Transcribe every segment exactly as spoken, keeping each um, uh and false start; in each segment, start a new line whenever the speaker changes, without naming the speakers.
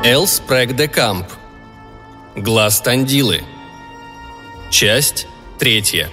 Эл Спрэг де Камп. Глаз Тандилы. Часть третья.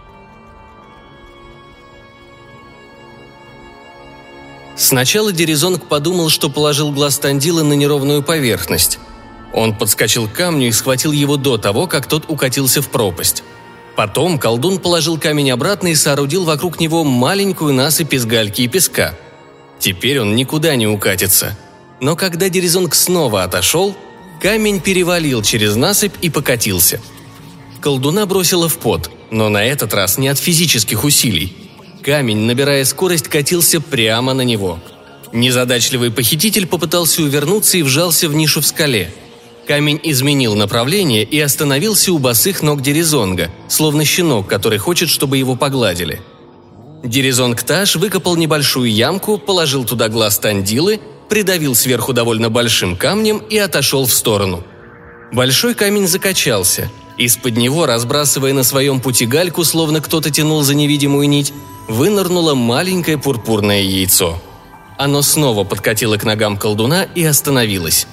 Сначала Дерезонг подумал, что положил глаз Тандилы на неровную поверхность. Он подскочил к камню и схватил его до того, как тот укатился в пропасть. Потом колдун положил камень обратно и соорудил вокруг него маленькую насыпь из гальки и песка. Теперь он никуда не укатится. Но когда Дерезонг снова отошел, камень перевалил через насыпь и покатился. Колдуна бросило в пот, но на этот раз не от физических усилий. Камень, набирая скорость, катился прямо на него. Незадачливый похититель попытался увернуться и вжался в нишу в скале. Камень изменил направление и остановился у босых ног Дерезонга, словно щенок, который хочет, чтобы его погладили. Дерезонг-Таш выкопал небольшую ямку, положил туда глаз Тандилы, придавил сверху довольно большим камнем и отошел в сторону. Большой камень закачался. Из-под него, разбрасывая на своем пути гальку, словно кто-то тянул за невидимую нить, вынырнуло маленькое пурпурное яйцо. Оно снова подкатило к ногам колдуна и остановилось.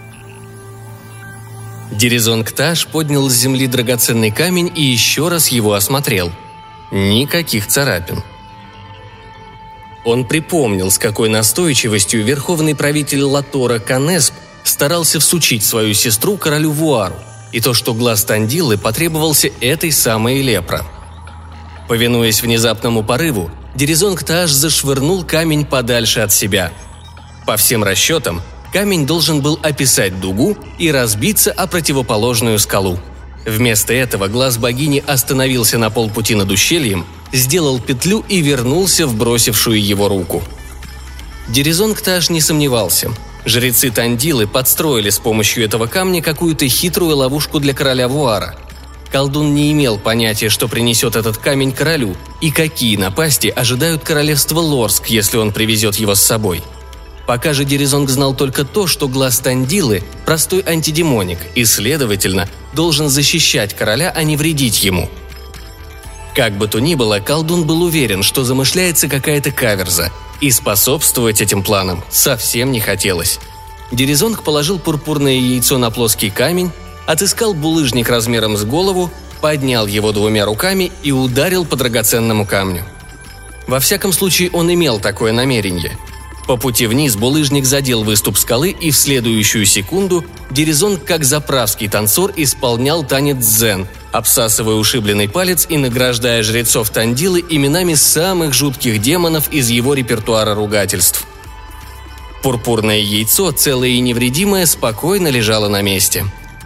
Дерезонг-Таш поднял с земли драгоценный камень и еще раз его осмотрел. Никаких царапин. Он припомнил, с какой настойчивостью верховный правитель Латора Канесп старался всучить свою сестру королю Вуару, и то, что глаз Тандилы потребовался этой самой лепра. Повинуясь внезапному порыву, Дерезонг-Таш зашвырнул камень подальше от себя. По всем расчетам, камень должен был описать дугу и разбиться о противоположную скалу. Вместо этого глаз богини остановился на полпути над ущельем, сделал петлю и вернулся в бросившую его руку. Дерезонг-Таш не сомневался. Жрецы Тандилы подстроили с помощью этого камня какую-то хитрую ловушку для короля Вуара. Колдун не имел понятия, что принесет этот камень королю, и какие напасти ожидают королевство Лорск, если он привезет его с собой. Пока же Дерезонг знал только то, что глаз Тандилы – простой антидемоник и, следовательно, должен защищать короля, а не вредить ему. Как бы то ни было, колдун был уверен, что замышляется какая-то каверза, и способствовать этим планам совсем не хотелось. Дерезонг положил пурпурное яйцо на плоский камень, отыскал булыжник размером с голову, поднял его двумя руками и ударил по драгоценному камню. Во всяком случае, он имел такое намерение. По пути вниз булыжник задел выступ скалы, и в следующую секунду Дерезонг, как заправский танцор, исполнял танец дзен, обсасывая ушибленный палец и награждая жрецов Тандилы именами самых жутких демонов из его репертуара ругательств. Пурпурное яйцо, целое и невредимое, спокойно лежало на месте.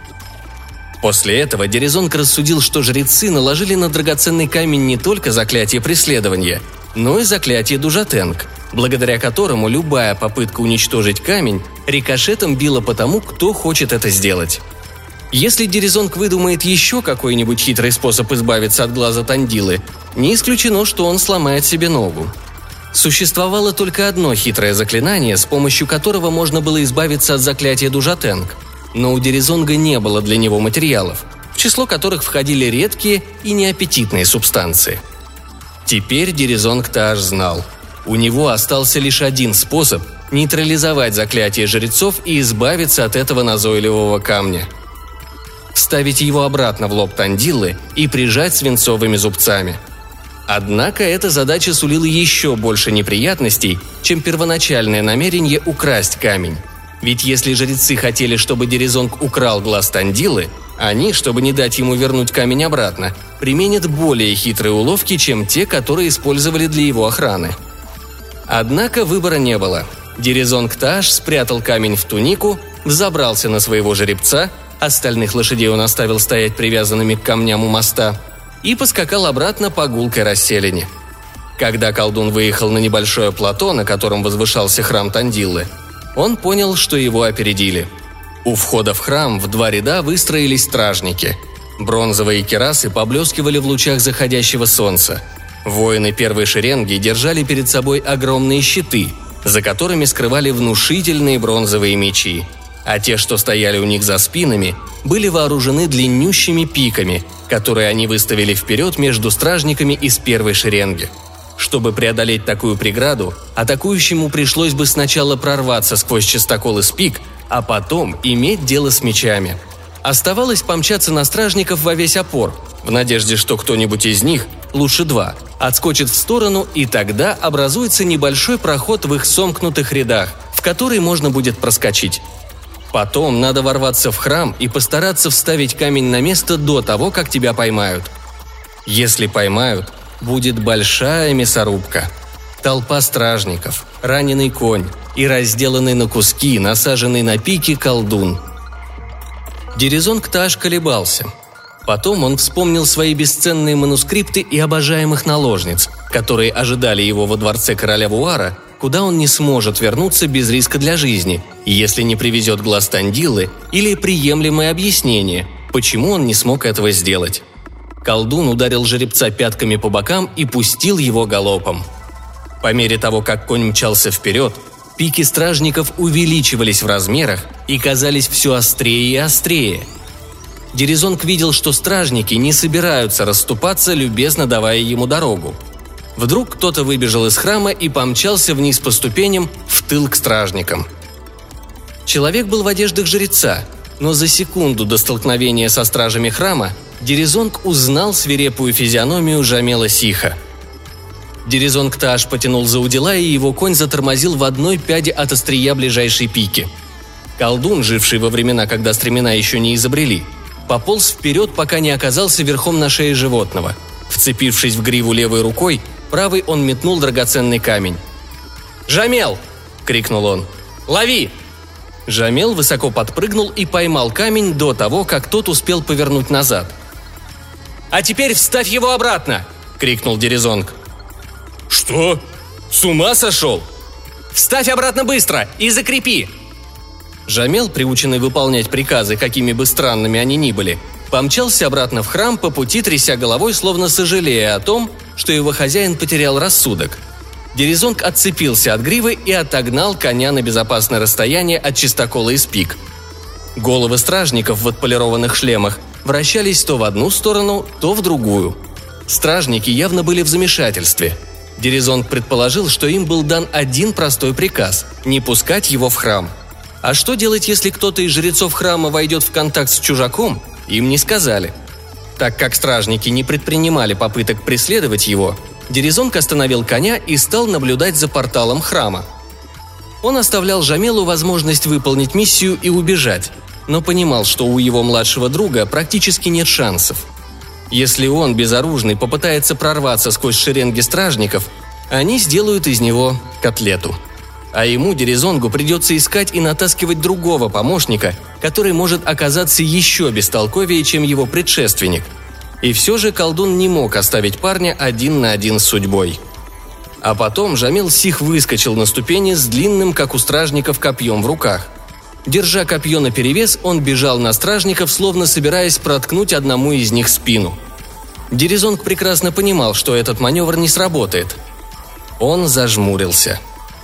После этого Дерезонг рассудил, что жрецы наложили на драгоценный камень не только заклятие преследования, но и заклятие Дужатенг, благодаря которому любая попытка уничтожить камень рикошетом била по тому, кто хочет это сделать. Если Дерезонг выдумает еще какой-нибудь хитрый способ избавиться от глаза Тандилы, не исключено, что он сломает себе ногу. Существовало только одно хитрое заклинание, с помощью которого можно было избавиться от заклятия Дужатенг, но у Дерезонга не было для него материалов, в число которых входили редкие и неаппетитные субстанции. Теперь Дерезонг-Таш знал. У него остался лишь один способ нейтрализовать заклятие жрецов и избавиться от этого назойливого камня. Вставить его обратно в лоб Тандилы и прижать свинцовыми зубцами. Однако эта задача сулила еще больше неприятностей, чем первоначальное намерение украсть камень. Ведь если жрецы хотели, чтобы Дерезонг украл глаз Тандилы, они, чтобы не дать ему вернуть камень обратно, применят более хитрые уловки, чем те, которые использовали для его охраны. Однако выбора не было. Дерезонг-Таш спрятал камень в тунику, взобрался на своего жеребца, остальных лошадей он оставил стоять привязанными к камням у моста, и поскакал обратно по гулкой расселине. Когда колдун выехал на небольшое плато, на котором возвышался храм Тандилы, он понял, что его опередили. У входа в храм в два ряда выстроились стражники. Бронзовые кирасы поблескивали в лучах заходящего солнца. Воины первой шеренги держали перед собой огромные щиты, за которыми скрывали внушительные бронзовые мечи, а те, что стояли у них за спинами, были вооружены длиннющими пиками, которые они выставили вперед между стражниками из первой шеренги. Чтобы преодолеть такую преграду, атакующему пришлось бы сначала прорваться сквозь частокол из пик, а потом иметь дело с мечами. Оставалось помчаться на стражников во весь опор, в надежде, что кто-нибудь из них, лучше два, отскочит в сторону, и тогда образуется небольшой проход в их сомкнутых рядах, в который можно будет проскочить. Потом надо ворваться в храм и постараться вставить камень на место до того, как тебя поймают. Если поймают, будет большая мясорубка. Толпа стражников, раненый конь и разделанный на куски, насаженный на пики колдун. Дерезонг-Тааш колебался. Потом он вспомнил свои бесценные манускрипты и обожаемых наложниц, которые ожидали его во дворце короля Вуара, куда он не сможет вернуться без риска для жизни, если не привезет глаз Тандилы или приемлемое объяснение, почему он не смог этого сделать. Колдун ударил жеребца пятками по бокам и пустил его галопом. По мере того, как конь мчался вперед, пики стражников увеличивались в размерах и казались все острее и острее. Дерезонг видел, что стражники не собираются расступаться, любезно давая ему дорогу. Вдруг кто-то выбежал из храма и помчался вниз по ступеням в тыл к стражникам. Человек был в одеждах жреца, но за секунду до столкновения со стражами храма Дерезонг узнал свирепую физиономию Жамела Сиха. Дерезонг-Тааш потянул за удила, и его конь затормозил в одной пяде от острия ближайшей пики. Колдун, живший во времена, когда стремена еще не изобрели, пополз вперед, пока не оказался верхом на шее животного. Вцепившись в гриву левой рукой, правой он метнул драгоценный камень. «Жамел!» – крикнул он. «Лови!» Жамел высоко подпрыгнул и поймал камень до того, как тот успел повернуть назад. «А теперь вставь его обратно!» – крикнул Дерезонг. «Что? С ума сошел?» «Вставь обратно быстро и закрепи!» Жамел, приученный выполнять приказы, какими бы странными они ни были, помчался обратно в храм, по пути тряся головой, словно сожалея о том, что его хозяин потерял рассудок. Дерезонг отцепился от гривы и отогнал коня на безопасное расстояние от чистокола из пик. Головы стражников в отполированных шлемах вращались то в одну сторону, то в другую. Стражники явно были в замешательстве. Дерезонг предположил, что им был дан один простой приказ – не пускать его в храм. А что делать, если кто-то из жрецов храма войдет в контакт с чужаком, им не сказали. Так как стражники не предпринимали попыток преследовать его, Дерезонг остановил коня и стал наблюдать за порталом храма. Он оставлял Жамелу возможность выполнить миссию и убежать, но понимал, что у его младшего друга практически нет шансов. Если он, безоружный, попытается прорваться сквозь шеренги стражников, они сделают из него котлету. А ему, Дерезонгу, придется искать и натаскивать другого помощника, который может оказаться еще бестолковее, чем его предшественник. И все же колдун не мог оставить парня один на один с судьбой. А потом Жамел Сих выскочил на ступени с длинным, как у стражников, копьем в руках. Держа копье наперевес, он бежал на стражников, словно собираясь проткнуть одному из них спину. Дерезонг прекрасно понимал, что этот маневр не сработает. Он зажмурился.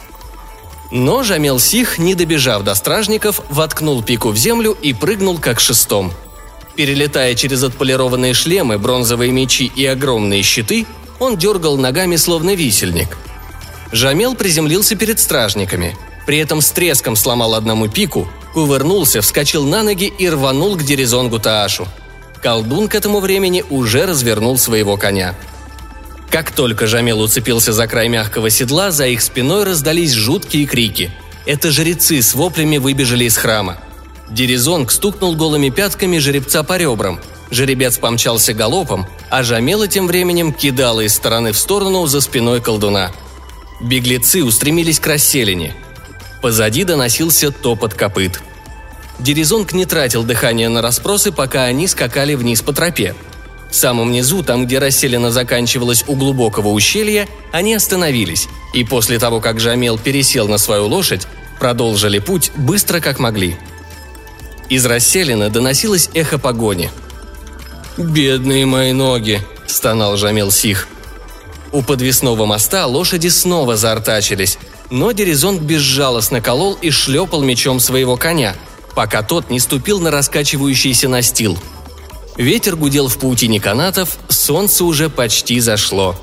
Но Жамел Сих, не добежав до стражников, воткнул пику в землю и прыгнул как шестом. Перелетая через отполированные шлемы, бронзовые мечи и огромные щиты, он дергал ногами, словно висельник. Жамел приземлился перед стражниками. При этом с треском сломал одному пику, кувырнулся, вскочил на ноги и рванул к Дерезонгу-Таашу. Колдун к этому времени уже развернул своего коня. Как только Жамел уцепился за край мягкого седла, за их спиной раздались жуткие крики. Это жрецы с воплями выбежали из храма. Дерезонг стукнул голыми пятками жеребца по ребрам. Жеребец помчался галопом, а Жамела тем временем кидала из стороны в сторону за спиной колдуна. Беглецы устремились к расселине. Позади доносился топот копыт. Дерезонг не тратил дыхания на расспросы, пока они скакали вниз по тропе. В самом низу, там, где расселина заканчивалась у глубокого ущелья, они остановились, и после того, как Жамел пересел на свою лошадь, продолжили путь быстро как могли. Из расселины доносилось эхо погони. «Бедные мои ноги!» – стонал Жамел Сих. У подвесного моста лошади снова заортачились, но Дерезонг безжалостно колол и шлепал мечом своего коня, пока тот не ступил на раскачивающийся настил. Ветер гудел в паутине канатов, солнце уже почти зашло.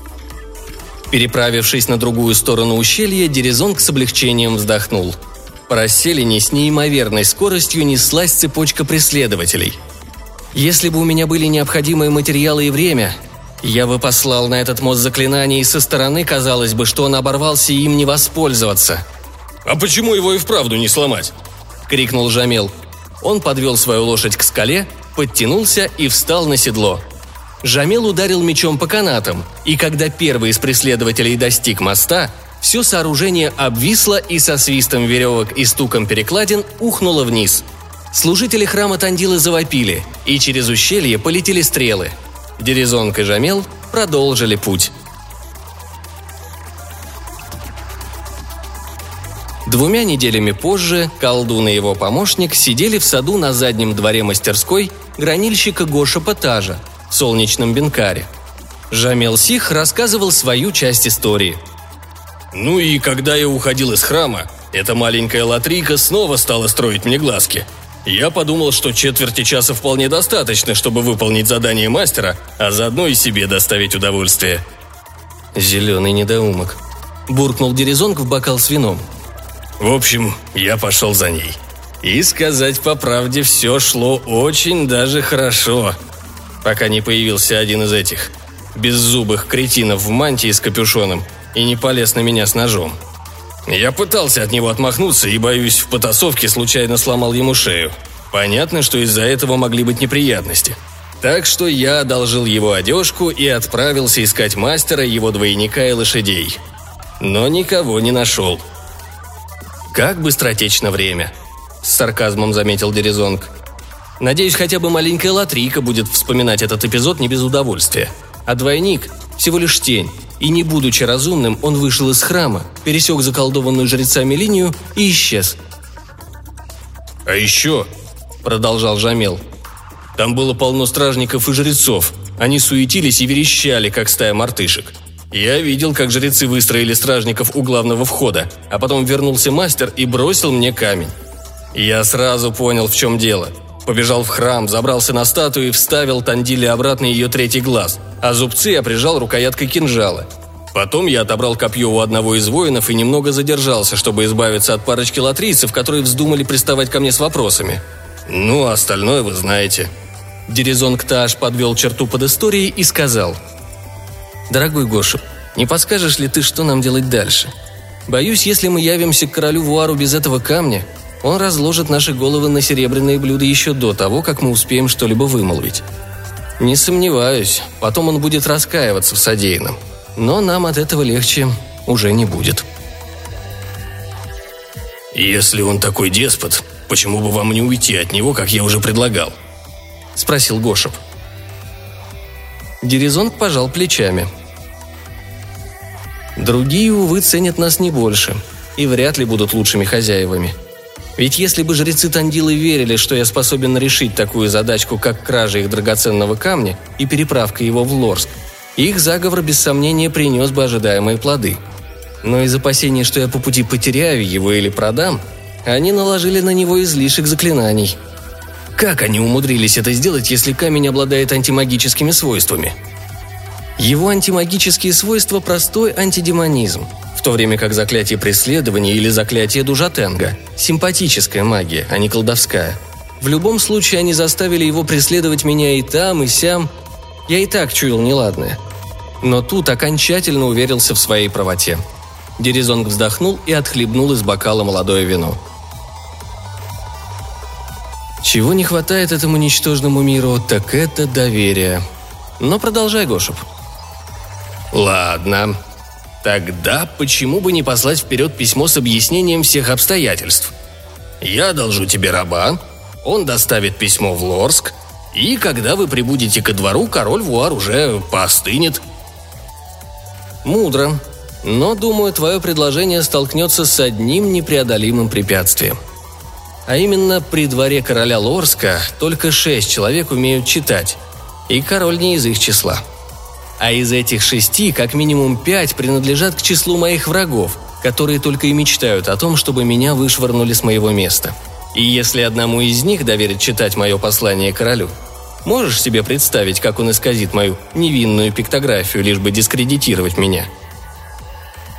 Переправившись на другую сторону ущелья, Дерезонг с облегчением вздохнул. По расселине с неимоверной скоростью неслась цепочка преследователей. Если бы у меня были необходимые материалы и время, я бы послал на этот мост заклинание, и со стороны казалось бы, что он оборвался и им не воспользоваться.
«А почему его и вправду не сломать?»
– крикнул Жамел. Он подвел свою лошадь к скале, подтянулся и встал на седло. Жамел ударил мечом по канатам, и когда первый из преследователей достиг моста, все сооружение обвисло и со свистом веревок и стуком перекладин ухнуло вниз. Служители храма Тандилы завопили, и через ущелье полетели стрелы. Дерезонг и Жамел продолжили путь. Двумя неделями позже колдун и его помощник сидели в саду на заднем дворе мастерской гранильщика Гошепа Тажа в солнечном Бенкаре. Жамел Сих рассказывал свою часть истории.
«Ну и когда я уходил из храма, эта маленькая латрийка снова стала строить мне глазки. Я подумал, что четверти часа вполне достаточно, чтобы выполнить задание мастера, а заодно и себе доставить удовольствие».
«Зеленый недоумок», – буркнул Дерезонг в бокал с вином.
В общем, я пошел за ней. И сказать по правде, все шло очень даже хорошо, пока не появился один из этих беззубых кретинов в мантии с капюшоном и не полез на меня с ножом. Я пытался от него отмахнуться и, боюсь, в потасовке случайно сломал ему шею. Понятно, что из-за этого могли быть неприятности. Так что я одолжил его одежку и отправился искать мастера, его двойника и лошадей. Но никого не нашел. «Как быстротечно время», – с сарказмом заметил Дерезонг. «Надеюсь, хотя бы маленькая латрийка будет вспоминать этот эпизод не без удовольствия. А двойник – всего лишь тень, и не будучи разумным, он вышел из храма, пересек заколдованную жрецами линию и исчез». «А еще», – продолжал Жамел, – «там было полно стражников и жрецов. Они суетились и верещали, как стая мартышек. Я видел, как жрецы выстроили стражников у главного входа, а потом вернулся мастер и бросил мне камень. Я сразу понял, в чем дело. Побежал в храм, забрался на статую и вставил Тандиле обратно ее третий глаз, а зубцы я прижал рукояткой кинжала. Потом я отобрал копье у одного из воинов и немного задержался, чтобы избавиться от парочки латрийцев, которые вздумали приставать ко мне с вопросами. Ну, а остальное вы знаете». Дерезонг Таш подвел черту под историей и сказал: «Дорогой Гошеп, не подскажешь ли ты, что нам делать дальше? Боюсь, если мы явимся к королю Вуару без этого камня, он разложит наши головы на серебряные блюда еще до того, как мы успеем что-либо вымолвить. Не сомневаюсь, потом он будет раскаиваться в содеянном, но нам от этого легче уже не будет». «Если он такой деспот, почему бы вам не уйти от него, как я уже предлагал?»
– спросил Гошеп. Дерезонг пожал плечами. «Другие, увы, ценят нас не больше и вряд ли будут лучшими хозяевами. Ведь если бы жрецы Тандилы верили, что я способен решить такую задачку, как кража их драгоценного камня и переправка его в Лорск, их заговор без сомнения принес бы ожидаемые плоды. Но из опасения, что я по пути потеряю его или продам, они наложили на него излишек заклинаний. Как они умудрились это сделать, если камень обладает антимагическими свойствами? Его антимагические свойства – простой антидемонизм, в то время как заклятие преследования или заклятие Дужатенга – симпатическая магия, а не колдовская. В любом случае они заставили его преследовать меня и там, и сям. Я и так чуял неладное. Но тут окончательно уверился в своей правоте. Дерезонг вздохнул и отхлебнул из бокала молодое вино. Чего не хватает этому ничтожному миру, так это доверие. Но продолжай, Гошеп.
«Ладно. Тогда почему бы не послать вперед письмо с объяснением всех обстоятельств? Я одолжу тебе раба, он доставит письмо в Лорск, и когда вы прибудете ко двору, король Вуар уже поостынет».
«Мудро. Но, думаю, твое предложение столкнется с одним непреодолимым препятствием. А именно, при дворе короля Лорска только шесть человек умеют читать, и король не из их числа. А из этих шести как минимум пять принадлежат к числу моих врагов, которые только и мечтают о том, чтобы меня вышвырнули с моего места. И если одному из них доверить читать мое послание королю, можешь себе представить, как он исказит мою невинную пиктографию, лишь бы дискредитировать меня?»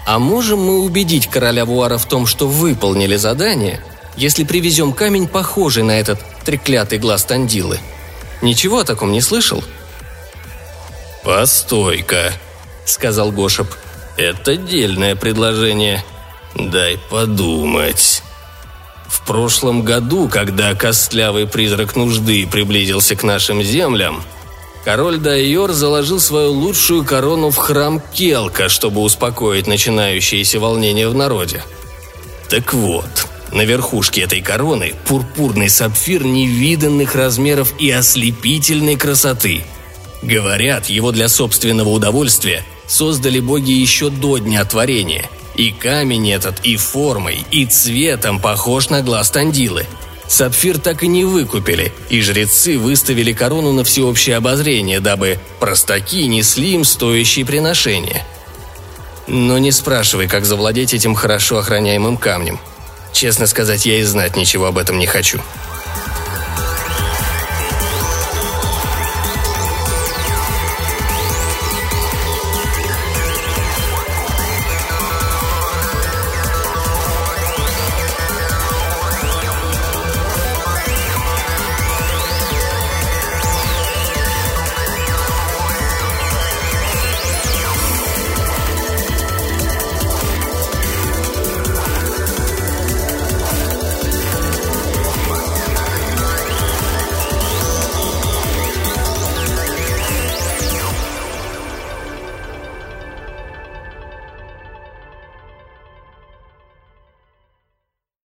А можем мы убедить короля Вуара в том, что выполнили задание, если привезем камень, похожий на этот треклятый глаз Тандилы? Ничего о таком не слышал?»
«Постой-ка», — сказал Гошеп. «Это дельное предложение. Дай подумать. В прошлом году, когда костлявый призрак нужды приблизился к нашим землям, король Дайор заложил свою лучшую корону в храм Келка, чтобы успокоить начинающиеся волнения в народе. Так вот, на верхушке этой короны пурпурный сапфир невиданных размеров и ослепительной красоты. Говорят, его для собственного удовольствия создали боги еще до дня творения. И камень этот и формой, и цветом похож на глаз Тандилы. Сапфир так и не выкупили, и жрецы выставили корону на всеобщее обозрение, дабы простаки несли им стоящие приношения. Но не спрашивай, как завладеть этим хорошо охраняемым камнем. Честно сказать, я и знать ничего об этом не хочу».